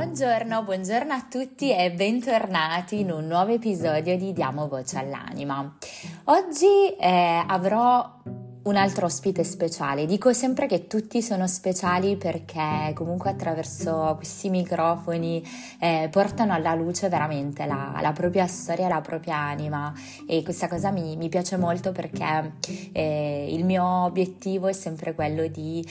Buongiorno a tutti e bentornati in un nuovo episodio di Diamo Voce all'Anima. Oggi avrò un altro ospite speciale. Dico sempre che tutti sono speciali perché comunque attraverso questi microfoni portano alla luce veramente la propria storia, la propria anima, e questa cosa mi piace molto perché il mio obiettivo è sempre quello di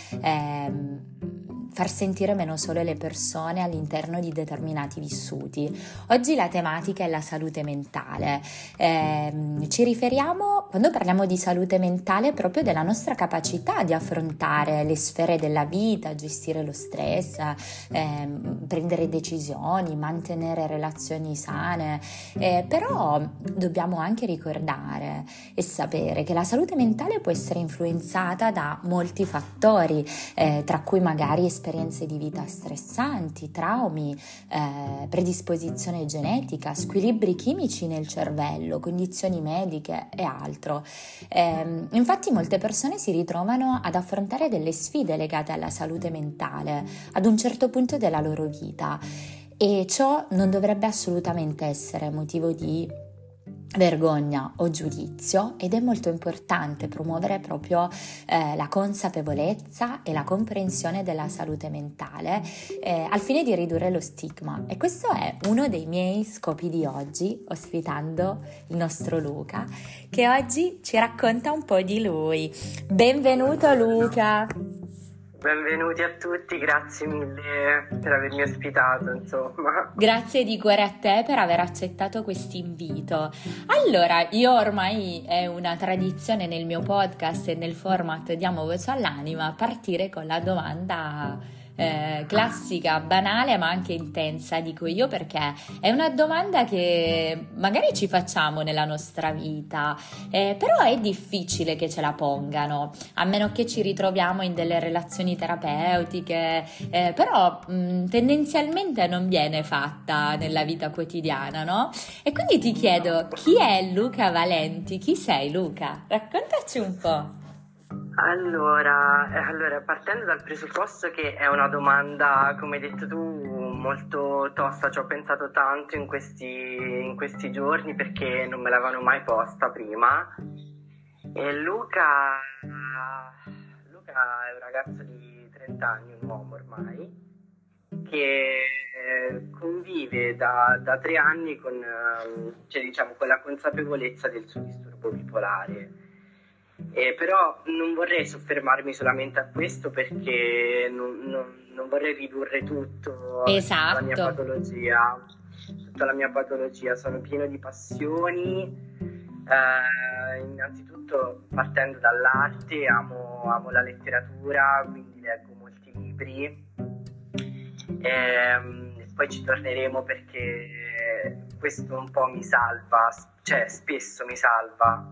far sentire meno sole le persone all'interno di determinati vissuti. Oggi la tematica è la salute mentale. Ci riferiamo, quando parliamo di salute mentale, proprio della nostra capacità di affrontare le sfere della vita, gestire lo stress, prendere decisioni, mantenere relazioni sane. Però dobbiamo anche ricordare e sapere che la salute mentale può essere influenzata da molti fattori, tra cui magari esperienze di vita stressanti, traumi, predisposizione genetica, squilibri chimici nel cervello, condizioni mediche e altro. Infatti molte persone si ritrovano ad affrontare delle sfide legate alla salute mentale ad un certo punto della loro vita, e ciò non dovrebbe assolutamente essere motivo di vergogna o giudizio, ed è molto importante promuovere proprio la consapevolezza e la comprensione della salute mentale al fine di ridurre lo stigma. E questo è uno dei miei scopi di oggi, ospitando il nostro Luca, che oggi ci racconta un po' di lui. Benvenuto Luca! Benvenuti a tutti, grazie mille per avermi ospitato, insomma. Grazie di cuore a te per aver accettato questo invito. Allora, io ormai è una tradizione nel mio podcast e nel format Diamo Voce all'Anima partire con la domanda classica, banale ma anche intensa, dico io, perché è una domanda che magari ci facciamo nella nostra vita, però è difficile che ce la pongano, a meno che ci ritroviamo in delle relazioni terapeutiche, però tendenzialmente non viene fatta nella vita quotidiana, no? E quindi ti chiedo, chi è Luca Valenti? Chi sei, Luca? Raccontaci un po'. Allora, partendo dal presupposto che è una domanda, come hai detto tu, molto tosta, ci ho pensato tanto in questi giorni perché non me l'avevano mai posta prima. E Luca è un ragazzo di 30 anni, un uomo ormai, che convive da 3 anni con la consapevolezza del suo disturbo bipolare. Però non vorrei soffermarmi solamente a questo, perché non vorrei ridurre tutto alla mia patologia. Tutta la mia patologia. Sono pieno di passioni. Innanzitutto, partendo dall'arte, amo la letteratura, quindi leggo molti libri. Poi ci torneremo perché questo un po' mi salva, cioè spesso mi salva.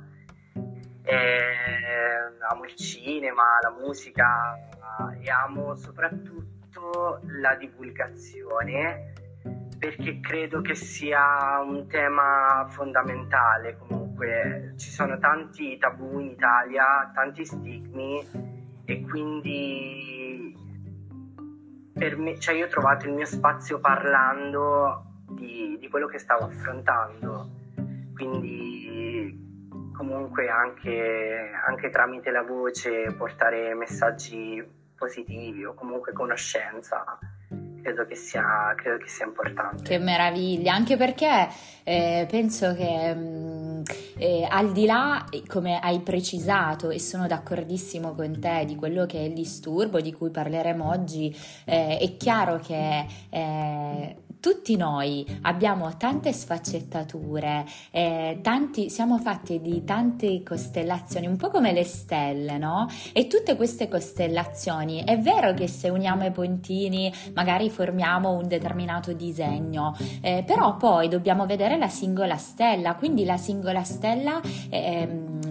Amo il cinema, la musica, e amo soprattutto la divulgazione, perché credo che sia un tema fondamentale. Comunque ci sono tanti tabù in Italia, tanti stigmi, e quindi per me, io ho trovato il mio spazio parlando di quello che stavo affrontando, quindi comunque anche tramite la voce portare messaggi positivi o comunque conoscenza, credo che sia importante. Che meraviglia, anche perché penso che al di là, come hai precisato, e sono d'accordissimo con te, di quello che è il disturbo di cui parleremo oggi, è chiaro che tutti noi abbiamo tante sfaccettature, siamo fatti di tante costellazioni, un po' come le stelle, no? E tutte queste costellazioni, è vero che se uniamo i puntini magari formiamo un determinato disegno, però poi dobbiamo vedere la singola stella, quindi la singola stella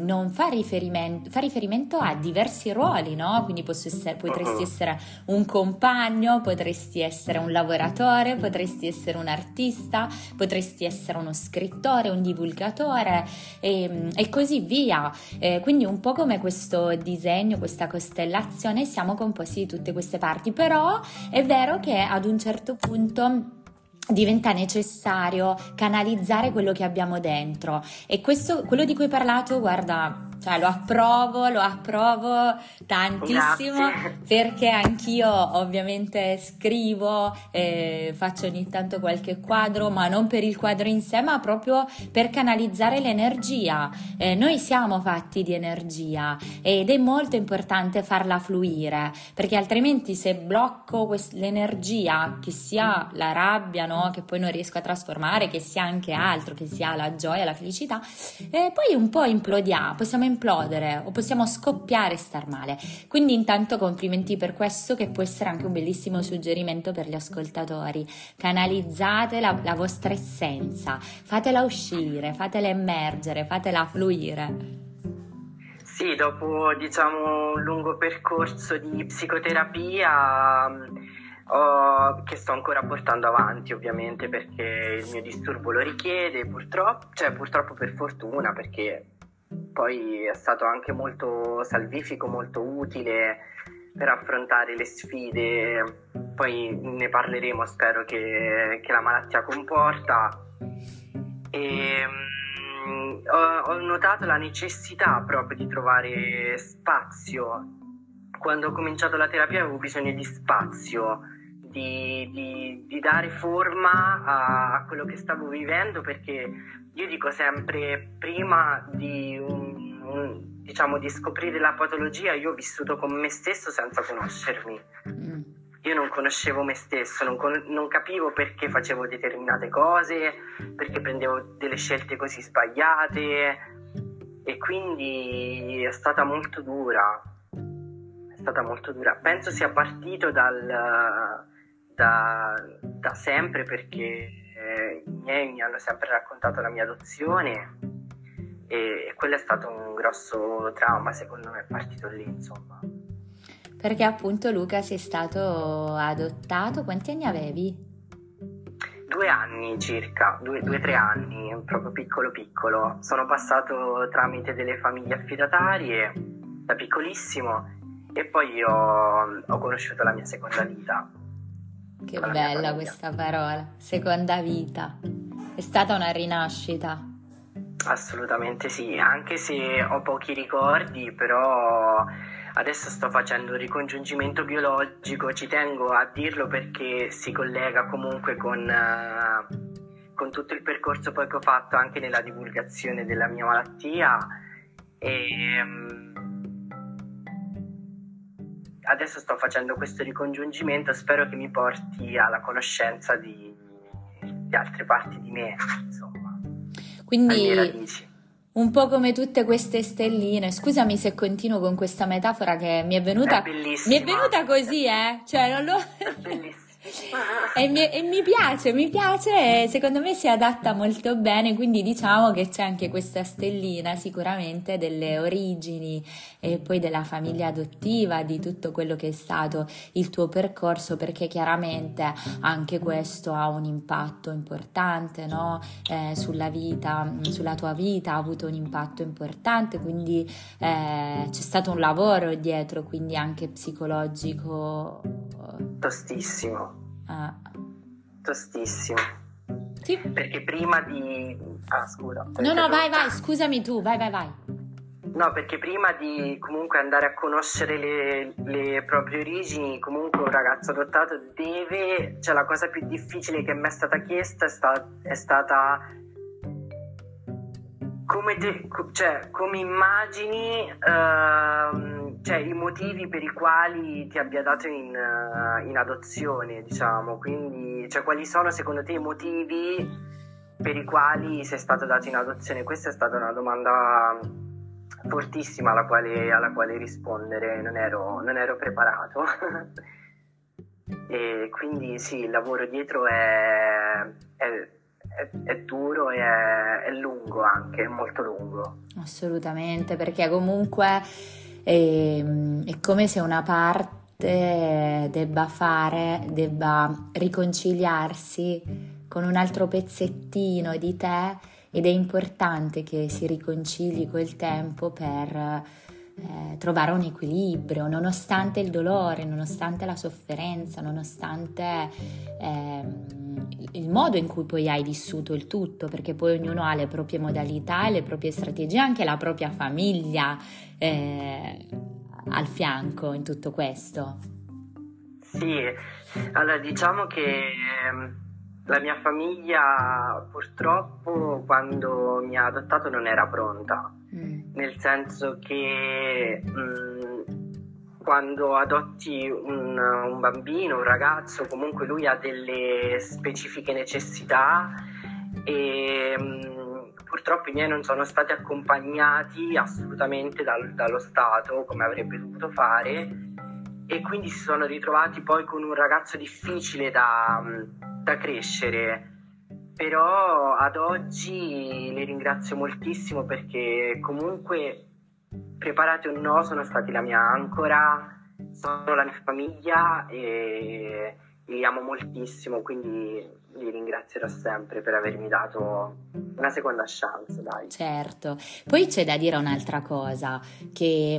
non fa riferimento a diversi ruoli, no? Quindi potresti essere un compagno, potresti essere un lavoratore, potresti essere un artista, potresti essere uno scrittore, un divulgatore e così via. Quindi un po' come questo disegno, questa costellazione, siamo composti di tutte queste parti, però è vero che ad un certo punto diventa necessario canalizzare quello che abbiamo dentro, e quello di cui hai parlato, guarda, cioè lo approvo tantissimo. Grazie. Perché anch'io ovviamente scrivo, faccio ogni tanto qualche quadro, ma non per il quadro in sé, ma proprio per canalizzare l'energia. Noi siamo fatti di energia ed è molto importante farla fluire, perché altrimenti se blocco l'energia, che sia la rabbia, no? Che poi non riesco a trasformare, che sia anche altro, che sia la gioia, la felicità, poi un po' possiamo implodere o possiamo scoppiare e star male. Quindi intanto complimenti per questo, che può essere anche un bellissimo suggerimento per gli ascoltatori. Canalizzate la vostra essenza, fatela uscire, fatela emergere, fatela fluire. Sì, dopo diciamo un lungo percorso di psicoterapia che sto ancora portando avanti, ovviamente, perché il mio disturbo lo richiede, purtroppo per fortuna, perché poi è stato anche molto salvifico, molto utile per affrontare le sfide, poi ne parleremo, spero, che la malattia comporta. Ho notato la necessità proprio di trovare spazio. Quando ho cominciato la terapia avevo bisogno di spazio, di dare forma a quello che stavo vivendo, perché io dico sempre, prima di diciamo di scoprire la patologia, io ho vissuto con me stesso senza conoscermi. Io non conoscevo me stesso, non capivo perché facevo determinate cose, perché prendevo delle scelte così sbagliate, e quindi è stata molto dura. Penso sia partito da sempre, perché i miei mi hanno sempre raccontato la mia adozione, e quello è stato un grosso trauma, secondo me è partito lì, insomma. Perché appunto Luca, sei stato adottato, quanti anni avevi? 2 anni circa, 2-3 anni, proprio piccolo. Sono passato tramite delle famiglie affidatarie da piccolissimo, e poi ho conosciuto la mia seconda vita. Che bella questa parola, seconda vita. È stata una rinascita. Assolutamente sì, anche se ho pochi ricordi, però adesso sto facendo un ricongiungimento biologico, ci tengo a dirlo perché si collega comunque con tutto il percorso poi che ho fatto anche nella divulgazione della mia malattia, e adesso sto facendo questo ricongiungimento, spero che mi porti alla conoscenza di altre parti di me, insomma. Quindi un po' come tutte queste stelline. Scusami se continuo con questa metafora che mi è venuta così, cioè non lo... È bellissima. E mi piace, secondo me si adatta molto bene, quindi diciamo che c'è anche questa stellina sicuramente delle origini e poi della famiglia adottiva, di tutto quello che è stato il tuo percorso, perché chiaramente anche questo ha un impatto importante, no? Sulla tua vita ha avuto un impatto importante, quindi c'è stato un lavoro dietro, quindi anche psicologico. Tostissimo. Sì. Perché prima di... scusa. No, vai, scusami tu, vai. No, perché prima di comunque andare a conoscere le proprie origini, comunque un ragazzo adottato deve... Cioè la cosa più difficile che mi è stata chiesta è stata come immagini, cioè i motivi per i quali ti abbia dato in adozione, diciamo. Quindi, cioè, quali sono secondo te i motivi per i quali sei stato dato in adozione? Questa è stata una domanda fortissima alla quale rispondere, non ero preparato. E quindi sì, il lavoro dietro è è duro e è lungo anche, è molto lungo. Assolutamente, perché comunque è come se una parte debba riconciliarsi con un altro pezzettino di te, ed è importante che si riconcili col tempo per trovare un equilibrio, nonostante il dolore, nonostante la sofferenza, nonostante il modo in cui poi hai vissuto il tutto, perché poi ognuno ha le proprie modalità e le proprie strategie, anche la propria famiglia al fianco in tutto questo. Sì, allora diciamo che la mia famiglia purtroppo quando mi ha adottato non era pronta, nel senso che quando adotti un bambino, un ragazzo, comunque lui ha delle specifiche necessità e purtroppo i miei non sono stati accompagnati assolutamente dallo Stato come avrebbe dovuto fare, e quindi si sono ritrovati poi con un ragazzo difficile da crescere. Però ad oggi li ringrazio moltissimo perché comunque, preparati o no, sono stati la mia ancora, sono la mia famiglia e li amo moltissimo, quindi li ringrazierò sempre per avermi dato una seconda chance, dai. Certo, poi c'è da dire un'altra cosa, che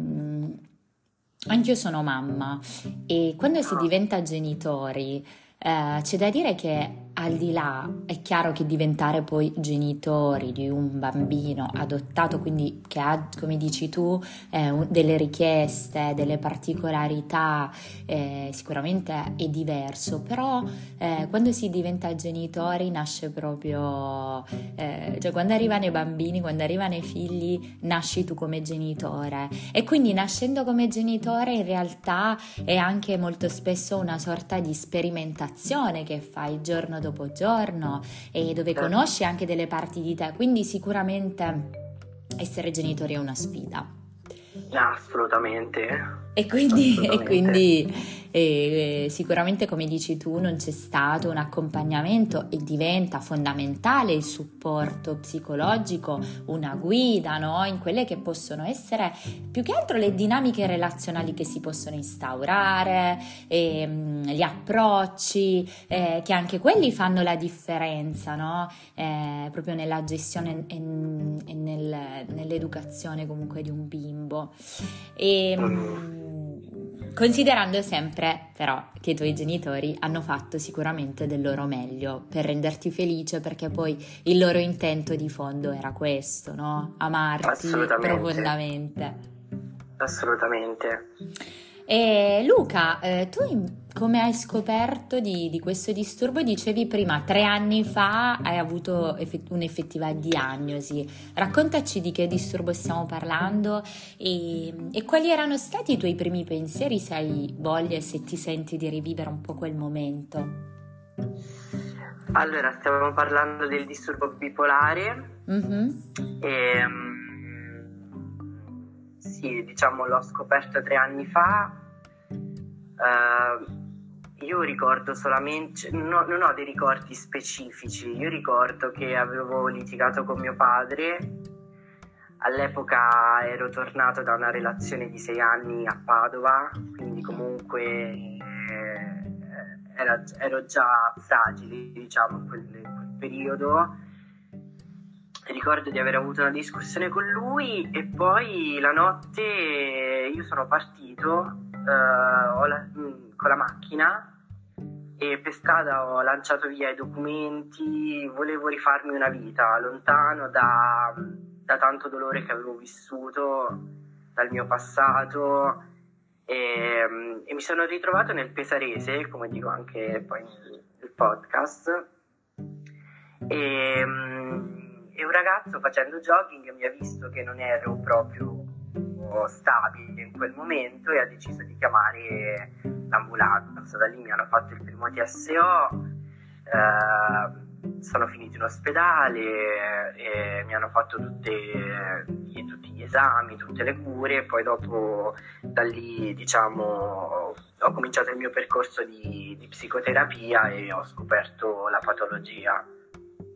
anch'io sono mamma e quando si diventa genitori c'è da dire che al di là, è chiaro che diventare poi genitori di un bambino adottato, quindi che ha, come dici tu, delle richieste, delle particolarità, sicuramente è diverso, però quando si diventa genitori nasce proprio, cioè quando arrivano i bambini, quando arrivano i figli, nasci tu come genitore, e quindi nascendo come genitore in realtà è anche molto spesso una sorta di sperimentazione che fai giorno dopo giorno e dove conosci anche delle parti di te, quindi sicuramente essere genitori è una sfida. Assolutamente. E quindi sicuramente, come dici tu, non c'è stato un accompagnamento e diventa fondamentale il supporto psicologico, una guida, no? In quelle che possono essere più che altro le dinamiche relazionali che si possono instaurare, gli approcci, che anche quelli fanno la differenza, no? Proprio nella gestione e nell'educazione comunque di un bimbo. Considerando sempre però che i tuoi genitori hanno fatto sicuramente del loro meglio per renderti felice, perché poi il loro intento di fondo era questo, no? Amarti profondamente. Assolutamente. E Luca, tu come hai scoperto di questo disturbo? Dicevi prima, 3 anni fa hai avuto un'effettiva diagnosi. Raccontaci di che disturbo stiamo parlando e quali erano stati i tuoi primi pensieri, se hai voglia e se ti senti di rivivere un po' quel momento. Allora, stiamo parlando del disturbo bipolare. Sì, diciamo l'ho scoperto 3 anni fa. Io ricordo solamente, non ho dei ricordi specifici, io ricordo che avevo litigato con mio padre. All'epoca ero tornato da una relazione di 6 anni a Padova, quindi comunque ero già fragile, diciamo, in quel periodo. Ricordo di aver avuto una discussione con lui e poi la notte io sono partito con la macchina e per strada ho lanciato via i documenti, volevo rifarmi una vita lontano da tanto dolore che avevo vissuto, dal mio passato, e mi sono ritrovato nel Pesarese, come dico anche poi nel podcast, e un ragazzo facendo jogging mi ha visto che non ero proprio stabile in quel momento e ha deciso di chiamare l'ambulanza. Da lì mi hanno fatto il primo TSO, sono finito in ospedale e mi hanno fatto tutti gli esami, tutte le cure, e poi dopo da lì, diciamo, ho cominciato il mio percorso di psicoterapia e ho scoperto la patologia.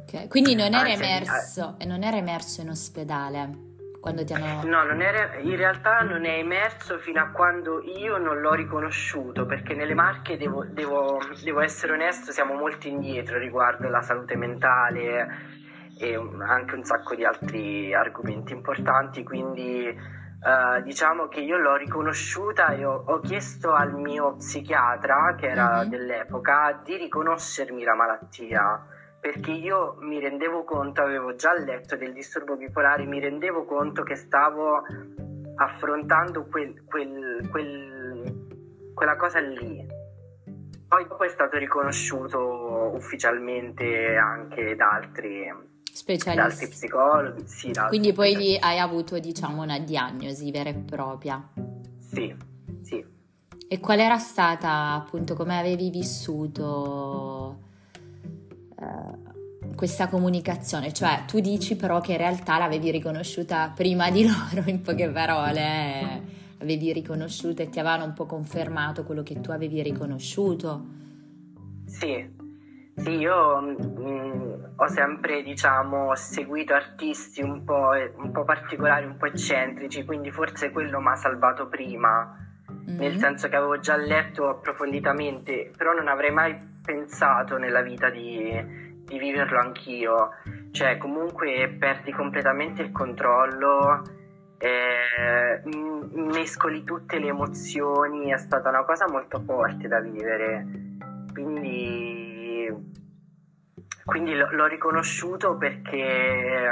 Ok, quindi non era Anzi, emerso, non era emerso in ospedale quando ti hanno... no, in realtà non è emerso fino a quando io non l'ho riconosciuto, perché nelle Marche, devo essere onesto, siamo molto indietro riguardo la salute mentale e anche un sacco di altri argomenti importanti, quindi diciamo che io l'ho riconosciuta e ho chiesto al mio psichiatra, che era dell'epoca, di riconoscermi la malattia, perché io mi rendevo conto, avevo già letto del disturbo bipolare, mi rendevo conto che stavo affrontando quella cosa lì. Poi dopo è stato riconosciuto ufficialmente anche da altri psicologi. Sì, quindi poi lì hai avuto, diciamo, una diagnosi vera e propria. Sì, sì. E qual era stata, appunto, come avevi vissuto questa comunicazione? Cioè, tu dici però che in realtà l'avevi riconosciuta prima di loro, in poche parole, avevi riconosciuto e ti avevano un po' confermato quello che tu avevi riconosciuto. Sì, io ho sempre, diciamo, seguito artisti un po' particolari, un po' eccentrici, quindi forse quello mi ha salvato prima, nel senso che avevo già letto approfonditamente, però non avrei mai pensato nella vita di viverlo anch'io. Cioè, comunque perdi completamente il controllo, mescoli tutte le emozioni, è stata una cosa molto forte da vivere, quindi l'ho riconosciuto perché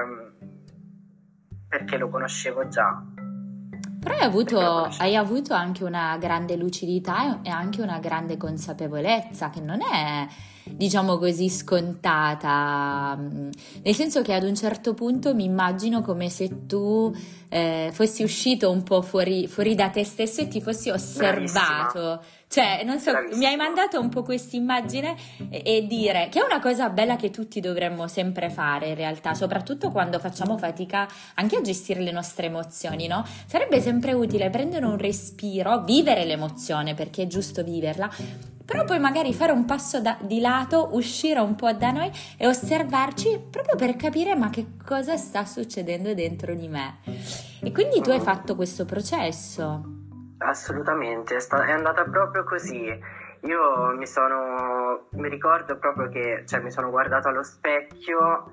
lo conoscevo già. Però hai avuto anche una grande lucidità e anche una grande consapevolezza che non è, diciamo così, scontata, nel senso che ad un certo punto mi immagino come se tu fossi uscito un po' fuori da te stesso e ti fossi osservato. Bravissima. Cioè, non so, Bravissima. mi hai mandato un po' questa immagine e dire che è una cosa bella che tutti dovremmo sempre fare in realtà, soprattutto quando facciamo fatica anche a gestire le nostre emozioni, no? Sarebbe sempre utile prendere un respiro, vivere l'emozione perché è giusto viverla, però poi magari fare un passo di lato, uscire un po' da noi e osservarci proprio per capire ma che cosa sta succedendo dentro di me. E quindi tu hai fatto questo processo. Assolutamente, è andata proprio così. Io mi ricordo proprio che, cioè, mi sono guardato allo specchio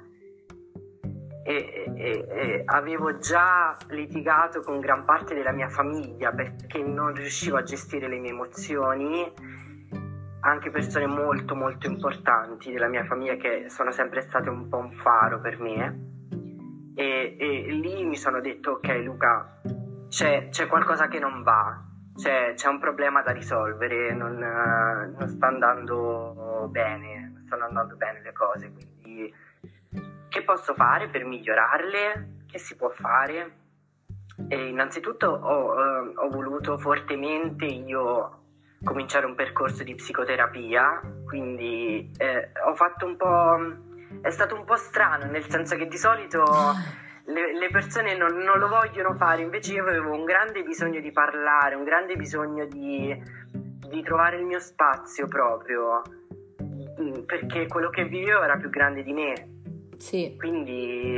e avevo già litigato con gran parte della mia famiglia perché non riuscivo a gestire le mie emozioni, anche persone molto molto importanti della mia famiglia che sono sempre state un po' un faro per me, e lì mi sono detto: ok Luca, c'è qualcosa che non va, c'è un problema da risolvere, non sta andando bene le cose, quindi che posso fare per migliorarle? Che si può fare? E innanzitutto ho voluto fortemente io cominciare un percorso di psicoterapia, quindi ho fatto un po', è stato un po' strano, nel senso che di solito le persone non lo vogliono fare, invece io avevo un grande bisogno di parlare, un grande bisogno di trovare il mio spazio proprio, perché quello che vivevo era più grande di me. Sì. Quindi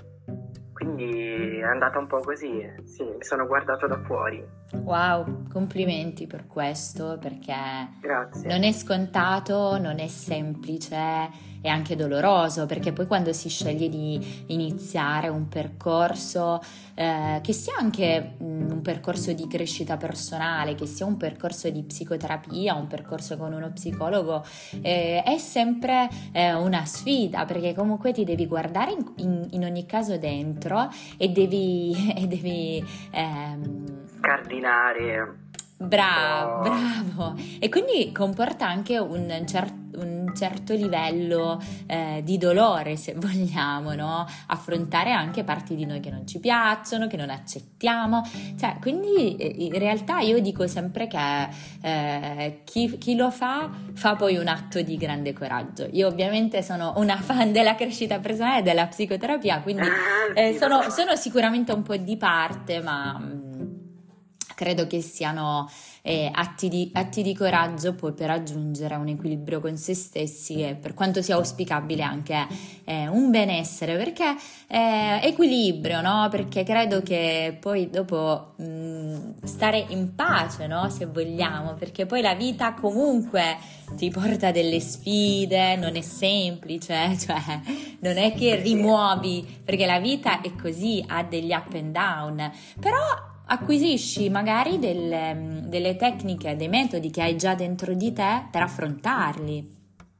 è andata un po' così, sì, mi sono guardato da fuori. Wow, complimenti per questo, perché Grazie. Non è scontato, non è semplice, è anche doloroso, perché poi quando si sceglie di iniziare un percorso, che sia anche un percorso di crescita personale, che sia un percorso di psicoterapia, un percorso con uno psicologo, è sempre una sfida, perché comunque ti devi guardare in ogni caso dentro e devi cardinare. Bravo. E quindi comporta anche un certo livello di dolore, se vogliamo, no? Affrontare anche parti di noi che non ci piacciono, che non accettiamo, cioè, quindi in realtà io dico sempre che chi lo fa poi un atto di grande coraggio. Io ovviamente sono una fan della crescita personale e della psicoterapia, quindi sono sicuramente un po' di parte, ma credo che siano atti di coraggio poi per raggiungere un equilibrio con se stessi e per quanto sia auspicabile anche un benessere, perché equilibrio, no? Perché credo che poi dopo stare in pace, no? Se vogliamo, perché poi la vita comunque ti porta delle sfide, non è semplice, cioè non è che rimuovi, perché la vita è così, ha degli up and down, però acquisisci magari delle tecniche, dei metodi che hai già dentro di te per affrontarli.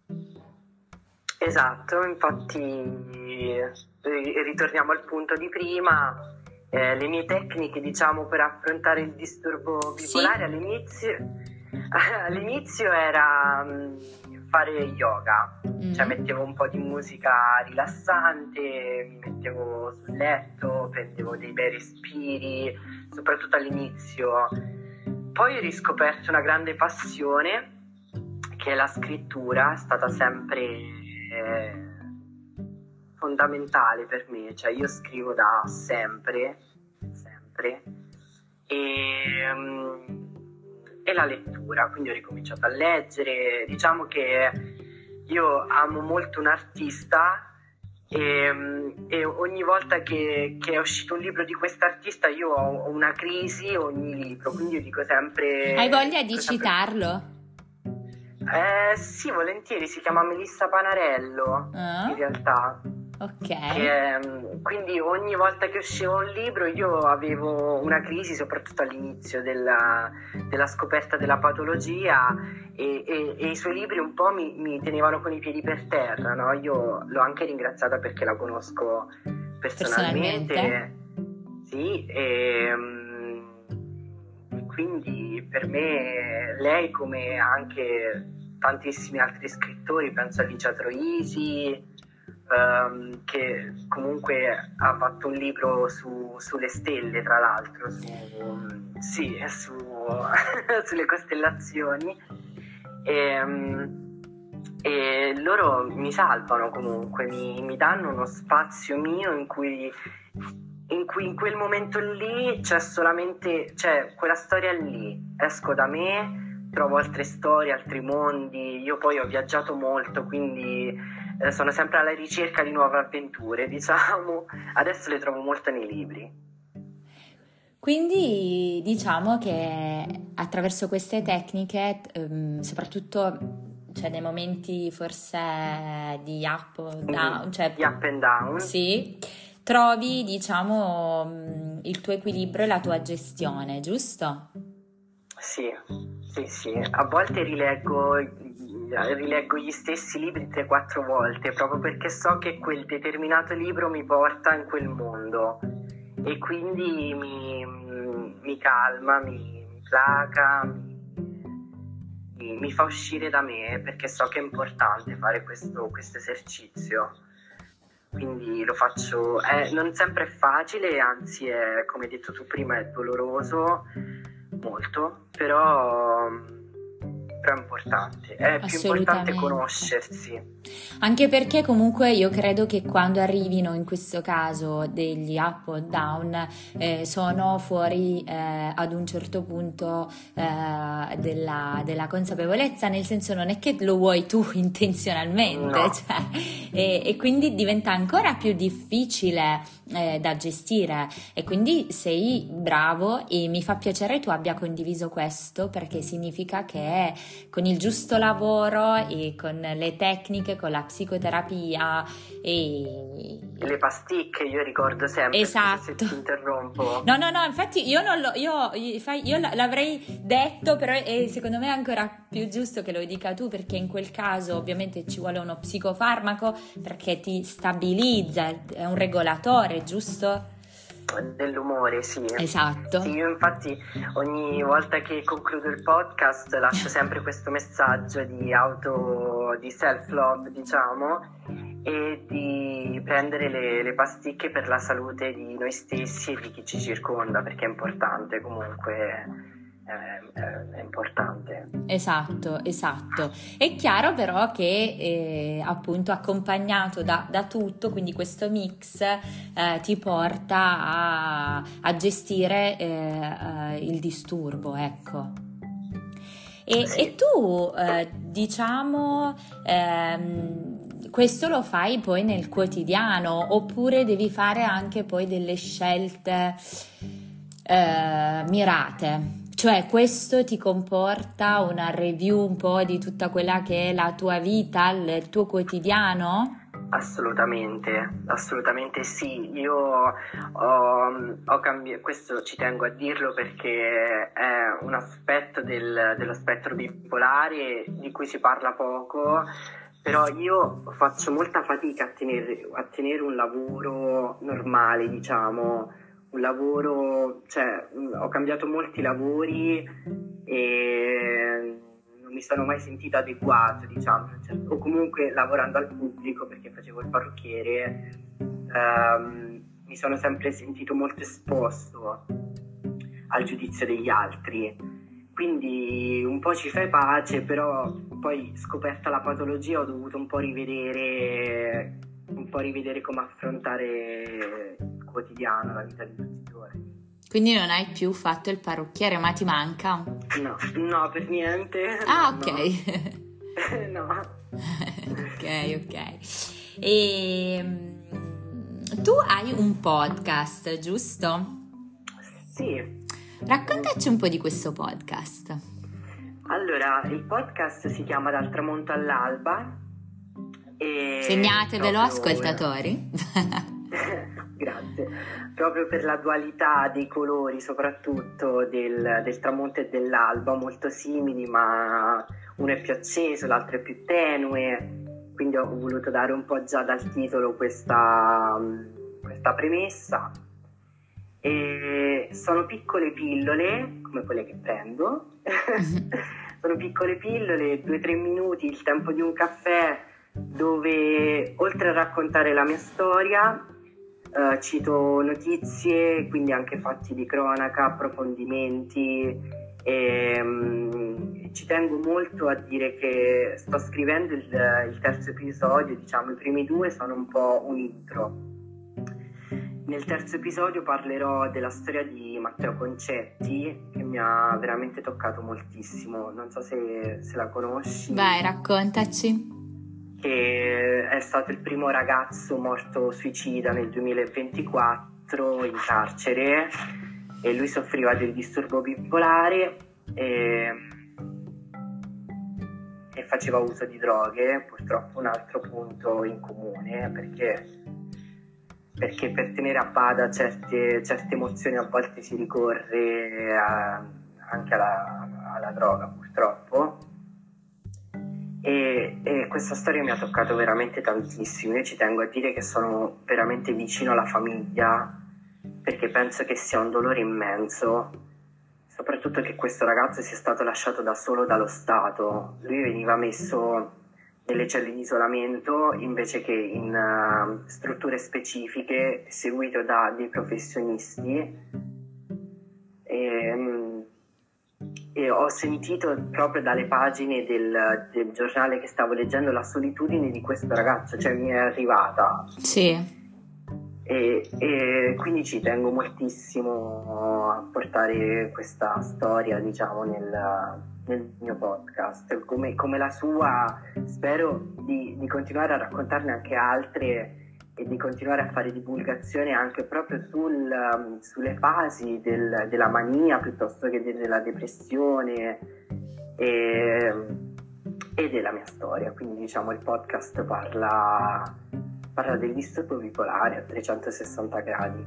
Esatto, infatti ritorniamo al punto di prima, le mie tecniche, diciamo, per affrontare il disturbo bipolare all'inizio era fare yoga, cioè mettevo un po' di musica rilassante, mi mettevo sul letto, prendevo dei bei respiri, soprattutto all'inizio. Poi ho riscoperto una grande passione che è la scrittura, è stata sempre fondamentale per me, cioè io scrivo da sempre e la lettura, quindi ho ricominciato a leggere. Diciamo che io amo molto un artista e ogni volta che è uscito un libro di quest'artista io ho una crisi ogni libro, quindi io dico sempre... Hai voglia di citarlo? Sì, volentieri, si chiama Melissa Panarello, in realtà. Ok. Quindi ogni volta che usciva un libro io avevo una crisi, soprattutto all'inizio della scoperta della patologia, e i suoi libri un po' mi tenevano con i piedi per terra, no? Io l'ho anche ringraziata perché la conosco personalmente. Sì, e quindi per me lei, come anche tantissimi altri scrittori, penso a Licia Troisi, che comunque ha fatto un libro sulle stelle, tra l'altro, sulle costellazioni, e loro mi salvano comunque, mi danno uno spazio mio in cui in quel momento lì c'è solamente, c'è quella storia lì, esco da me, trovo altre storie, altri mondi. Io poi ho viaggiato molto, quindi sono sempre alla ricerca di nuove avventure, diciamo. Adesso le trovo molto nei libri. Quindi diciamo che attraverso queste tecniche, soprattutto cioè nei momenti forse di up, down, cioè di up and down, sì, trovi, diciamo, il tuo equilibrio e la tua gestione, giusto? Sì. A volte rileggo gli stessi libri 3-4 volte, proprio perché so che quel determinato libro mi porta in quel mondo e quindi mi calma, mi placa, mi fa uscire da me, perché so che è importante fare questo esercizio. Quindi lo faccio, non sempre è facile, anzi è, come hai detto tu prima, è doloroso molto, però è importante, è più importante conoscersi. Anche perché comunque io credo che quando arrivino in questo caso degli up o down sono fuori ad un certo punto della consapevolezza, nel senso non è che lo vuoi tu intenzionalmente, no. Cioè, e quindi diventa ancora più difficile da gestire, e quindi sei bravo e mi fa piacere tu abbia condiviso questo, perché significa che con il giusto lavoro e con le tecniche, con la psicoterapia e le pasticche, io ricordo sempre. Esatto. Se ti interrompo. No, infatti io l'avrei detto, però secondo me è ancora più giusto che lo dica tu, perché in quel caso ovviamente ci vuole uno psicofarmaco perché ti stabilizza, è un regolatore, giusto? Dell'umore, sì. Esatto. Sì, io infatti ogni volta che concludo il podcast lascio sempre questo messaggio di self-love, diciamo, e di prendere le pasticche per la salute di noi stessi e di chi ci circonda, perché è importante comunque è importante. Esatto. È chiaro però che appunto accompagnato da tutto, quindi questo mix ti porta a gestire il disturbo, ecco. E tu, diciamo, questo lo fai poi nel quotidiano, oppure devi fare anche poi delle scelte mirate? Cioè, questo ti comporta una review un po' di tutta quella che è la tua vita, il tuo quotidiano? Assolutamente sì. Io ho cambiato, questo ci tengo a dirlo perché è un aspetto dello spettro bipolare di cui si parla poco, però io faccio molta fatica a tenere un lavoro normale, diciamo, un lavoro, cioè ho cambiato molti lavori e non mi sono mai sentita adeguato, diciamo, o comunque lavorando al pubblico perché facevo il parrucchiere, mi sono sempre sentito molto esposto al giudizio degli altri, quindi un po' ci fai pace, però poi scoperta la patologia ho dovuto un po' rivedere come affrontare il quotidiano, la vita di tutti i giorni. Quindi non hai più fatto il parrucchiere, ma ti manca? No, per niente. Ah, no, ok. no. Ok. E tu hai un podcast, giusto? Sì. Raccontaci un po' di questo podcast. Allora, il podcast si chiama Dal tramonto all'alba. E segnatevelo, ascoltatori. Grazie. Proprio per la dualità dei colori, soprattutto del tramonto e dell'alba, molto simili, ma uno è più acceso, l'altro è più tenue, quindi ho voluto dare un po' già dal titolo questa premessa. E sono piccole pillole, come quelle che prendo, sono piccole pillole, 2-3 minuti, il tempo di un caffè, dove oltre a raccontare la mia storia, cito notizie, quindi anche fatti di cronaca, approfondimenti, e ci tengo molto a dire che sto scrivendo il terzo episodio, diciamo i primi 2 sono un po' un intro. Nel terzo episodio parlerò della storia di Matteo Concetti, che mi ha veramente toccato moltissimo, non so se la conosci. Vai, raccontaci. Che è stato il primo ragazzo morto suicida nel 2024 in carcere, e lui soffriva del disturbo bipolare e faceva uso di droghe, purtroppo un altro punto in comune, perché per tenere a bada certe emozioni a volte si ricorre anche alla droga, purtroppo. E questa storia mi ha toccato veramente tantissimo. Io ci tengo a dire che sono veramente vicino alla famiglia, perché penso che sia un dolore immenso, soprattutto che questo ragazzo sia stato lasciato da solo dallo Stato. Lui veniva messo nelle celle di isolamento invece che in strutture specifiche, seguito da dei professionisti, e ho sentito proprio dalle pagine del giornale che stavo leggendo la solitudine di questo ragazzo, cioè mi è arrivata. Sì. E quindi ci tengo moltissimo a portare questa storia, diciamo, nel mio podcast, come la sua. Spero di continuare a raccontarne anche altre e di continuare a fare divulgazione anche proprio sulle fasi della mania piuttosto che della depressione e della mia storia. Quindi, diciamo, il podcast parla del disturbo bipolare a 360 gradi.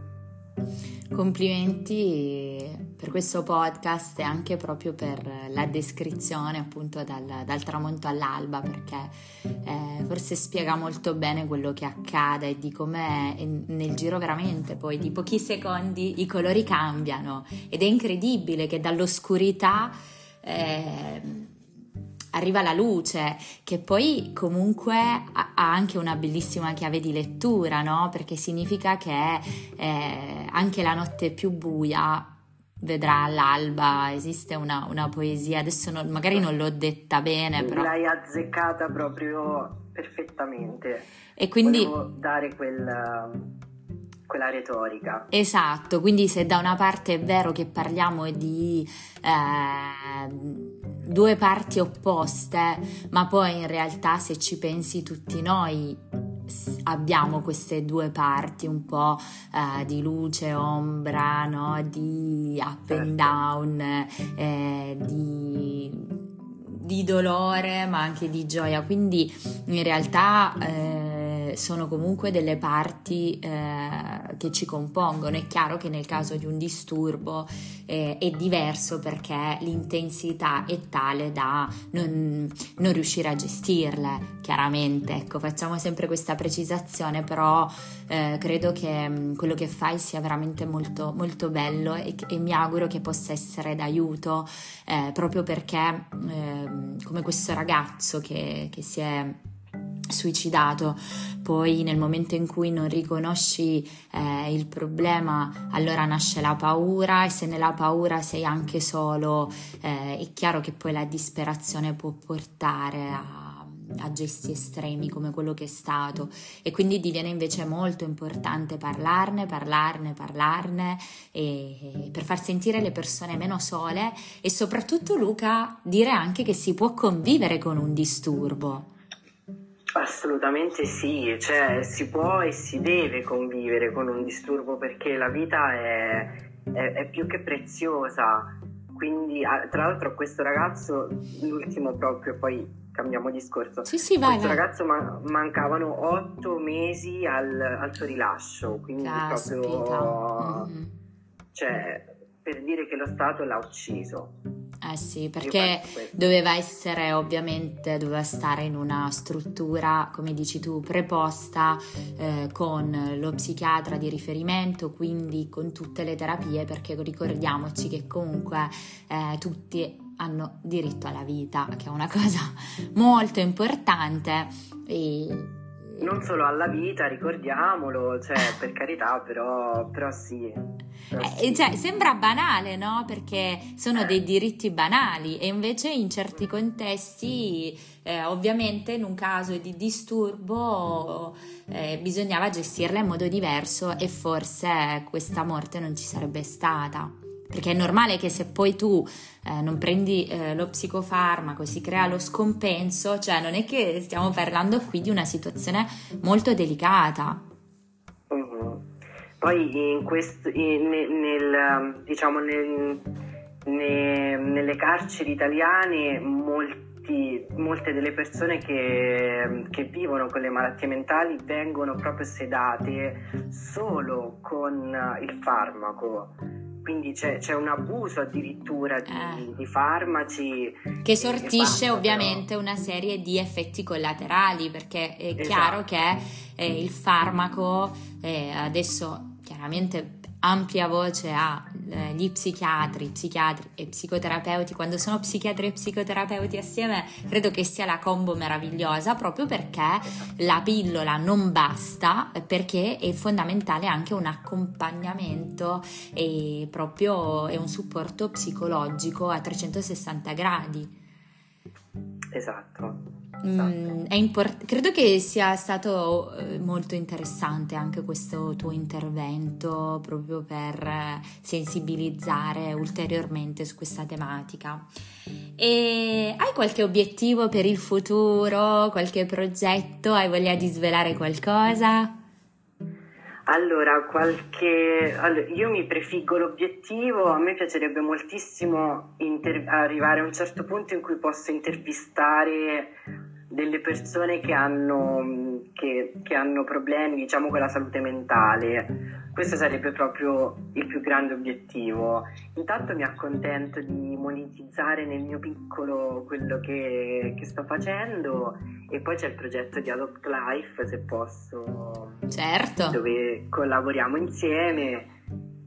Complimenti per questo podcast e anche proprio per la descrizione, appunto, dal tramonto all'alba, perché forse spiega molto bene quello che accade e di come nel giro veramente poi di pochi secondi i colori cambiano, ed è incredibile che dall'oscurità arriva la luce, che poi comunque ha anche una bellissima chiave di lettura, no? Perché significa che anche la notte più buia vedrà all'alba, esiste una poesia, adesso magari non l'ho detta bene, però... L'hai azzeccata proprio perfettamente. E quindi... Volevo dare quella retorica. Esatto, quindi se da una parte è vero che parliamo di due parti opposte, ma poi in realtà se ci pensi tutti noi abbiamo queste due parti un po' di luce, ombra, no? Di up and down, di dolore ma anche di gioia, quindi in realtà sono comunque delle parti che ci compongono. È chiaro che nel caso di un disturbo è diverso perché l'intensità è tale da non riuscire a gestirle, chiaramente, ecco, facciamo sempre questa precisazione, però credo che quello che fai sia veramente molto, molto bello e mi auguro che possa essere d'aiuto, proprio perché come questo ragazzo che si è suicidato, poi nel momento in cui non riconosci il problema, allora nasce la paura, e se nella paura sei anche solo, è chiaro che poi la disperazione può portare a gesti estremi come quello che è stato, e quindi diviene invece molto importante parlarne e per far sentire le persone meno sole, e soprattutto, Luca, dire anche che si può convivere con un disturbo. Assolutamente sì, cioè si può e si deve convivere con un disturbo, perché la vita è più che preziosa. Quindi tra l'altro questo ragazzo, l'ultimo proprio, poi cambiamo discorso, sì, vai, questo vai. ragazzo mancavano 8 mesi al suo rilascio, quindi Caspita. proprio cioè, per dire che lo Stato l'ha ucciso. Sì, perché doveva stare in una struttura, come dici tu, preposta, con lo psichiatra di riferimento, quindi con tutte le terapie, perché ricordiamoci che comunque tutti hanno diritto alla vita, che è una cosa molto importante. Non solo alla vita, ricordiamolo, cioè, per carità, però sì. Cioè, sembra banale, no? Perché sono dei diritti banali, e invece in certi contesti, ovviamente in un caso di disturbo, bisognava gestirla in modo diverso, e forse questa morte non ci sarebbe stata. Perché è normale che se poi tu non prendi lo psicofarmaco, si crea lo scompenso, cioè non è che stiamo parlando qui di una situazione molto delicata. Poi nelle carceri italiane molte delle persone che vivono con le malattie mentali vengono proprio sedate solo con il farmaco. Quindi c'è un abuso addirittura di farmaci, che sortisce ovviamente una serie di effetti collaterali, perché è chiaro che il farmaco adesso chiaramente ampia voce agli psichiatri e psicoterapeuti. Quando sono psichiatri e psicoterapeuti assieme, credo che sia la combo meravigliosa, proprio perché la pillola non basta, perché è fondamentale anche un accompagnamento e proprio è un supporto psicologico a 360 gradi. Esatto. Credo che sia stato molto interessante anche questo tuo intervento, proprio per sensibilizzare ulteriormente su questa tematica. E hai qualche obiettivo per il futuro, qualche progetto? Hai voglia di svelare qualcosa? Allora, io mi prefiggo l'obiettivo. A me piacerebbe moltissimo arrivare a un certo punto in cui posso intervistare delle persone che hanno problemi, diciamo, con la salute mentale. Questo sarebbe proprio il più grande obiettivo. Intanto mi accontento di monetizzare nel mio piccolo quello che sto facendo, e poi c'è il progetto di Adopt Life, se posso, certo, dove collaboriamo insieme,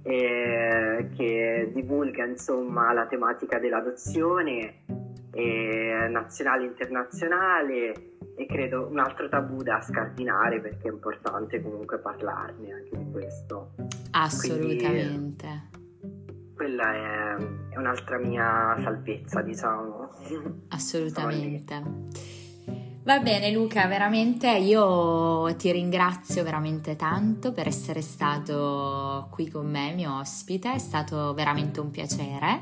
che divulga insomma la tematica dell'adozione nazionale e internazionale, e credo un altro tabù da scardinare, perché è importante comunque parlarne anche di questo. Assolutamente. quella è un'altra mia salvezza, diciamo. Assolutamente. Va bene Luca, veramente io ti ringrazio veramente tanto per essere stato qui con me, mio ospite, è stato veramente un piacere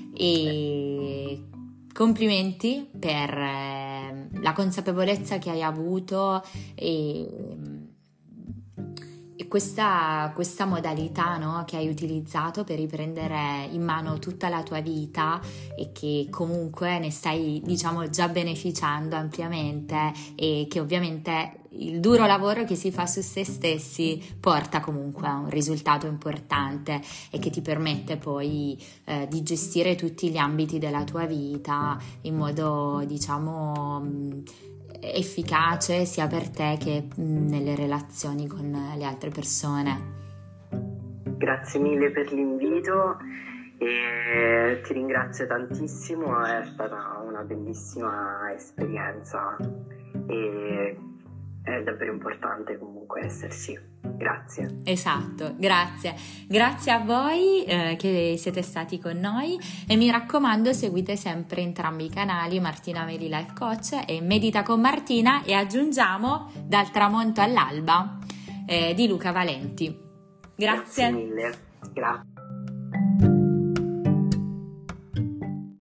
e complimenti per la consapevolezza che hai avuto e questa modalità, no, che hai utilizzato per riprendere in mano tutta la tua vita e che comunque ne stai, diciamo, già beneficiando ampiamente e che ovviamente il duro lavoro che si fa su se stessi porta comunque a un risultato importante e che ti permette poi di gestire tutti gli ambiti della tua vita in modo, diciamo, efficace sia per te che nelle relazioni con le altre persone. Grazie mille per l'invito e ti ringrazio tantissimo, è stata una bellissima esperienza e è davvero importante comunque esserci. Grazie. Esatto, grazie a voi che siete stati con noi e mi raccomando seguite sempre entrambi i canali Martina Meli Life Coach e Medita con Martina e aggiungiamo Dal tramonto all'alba di Luca Valenti. Grazie mille. Grazie.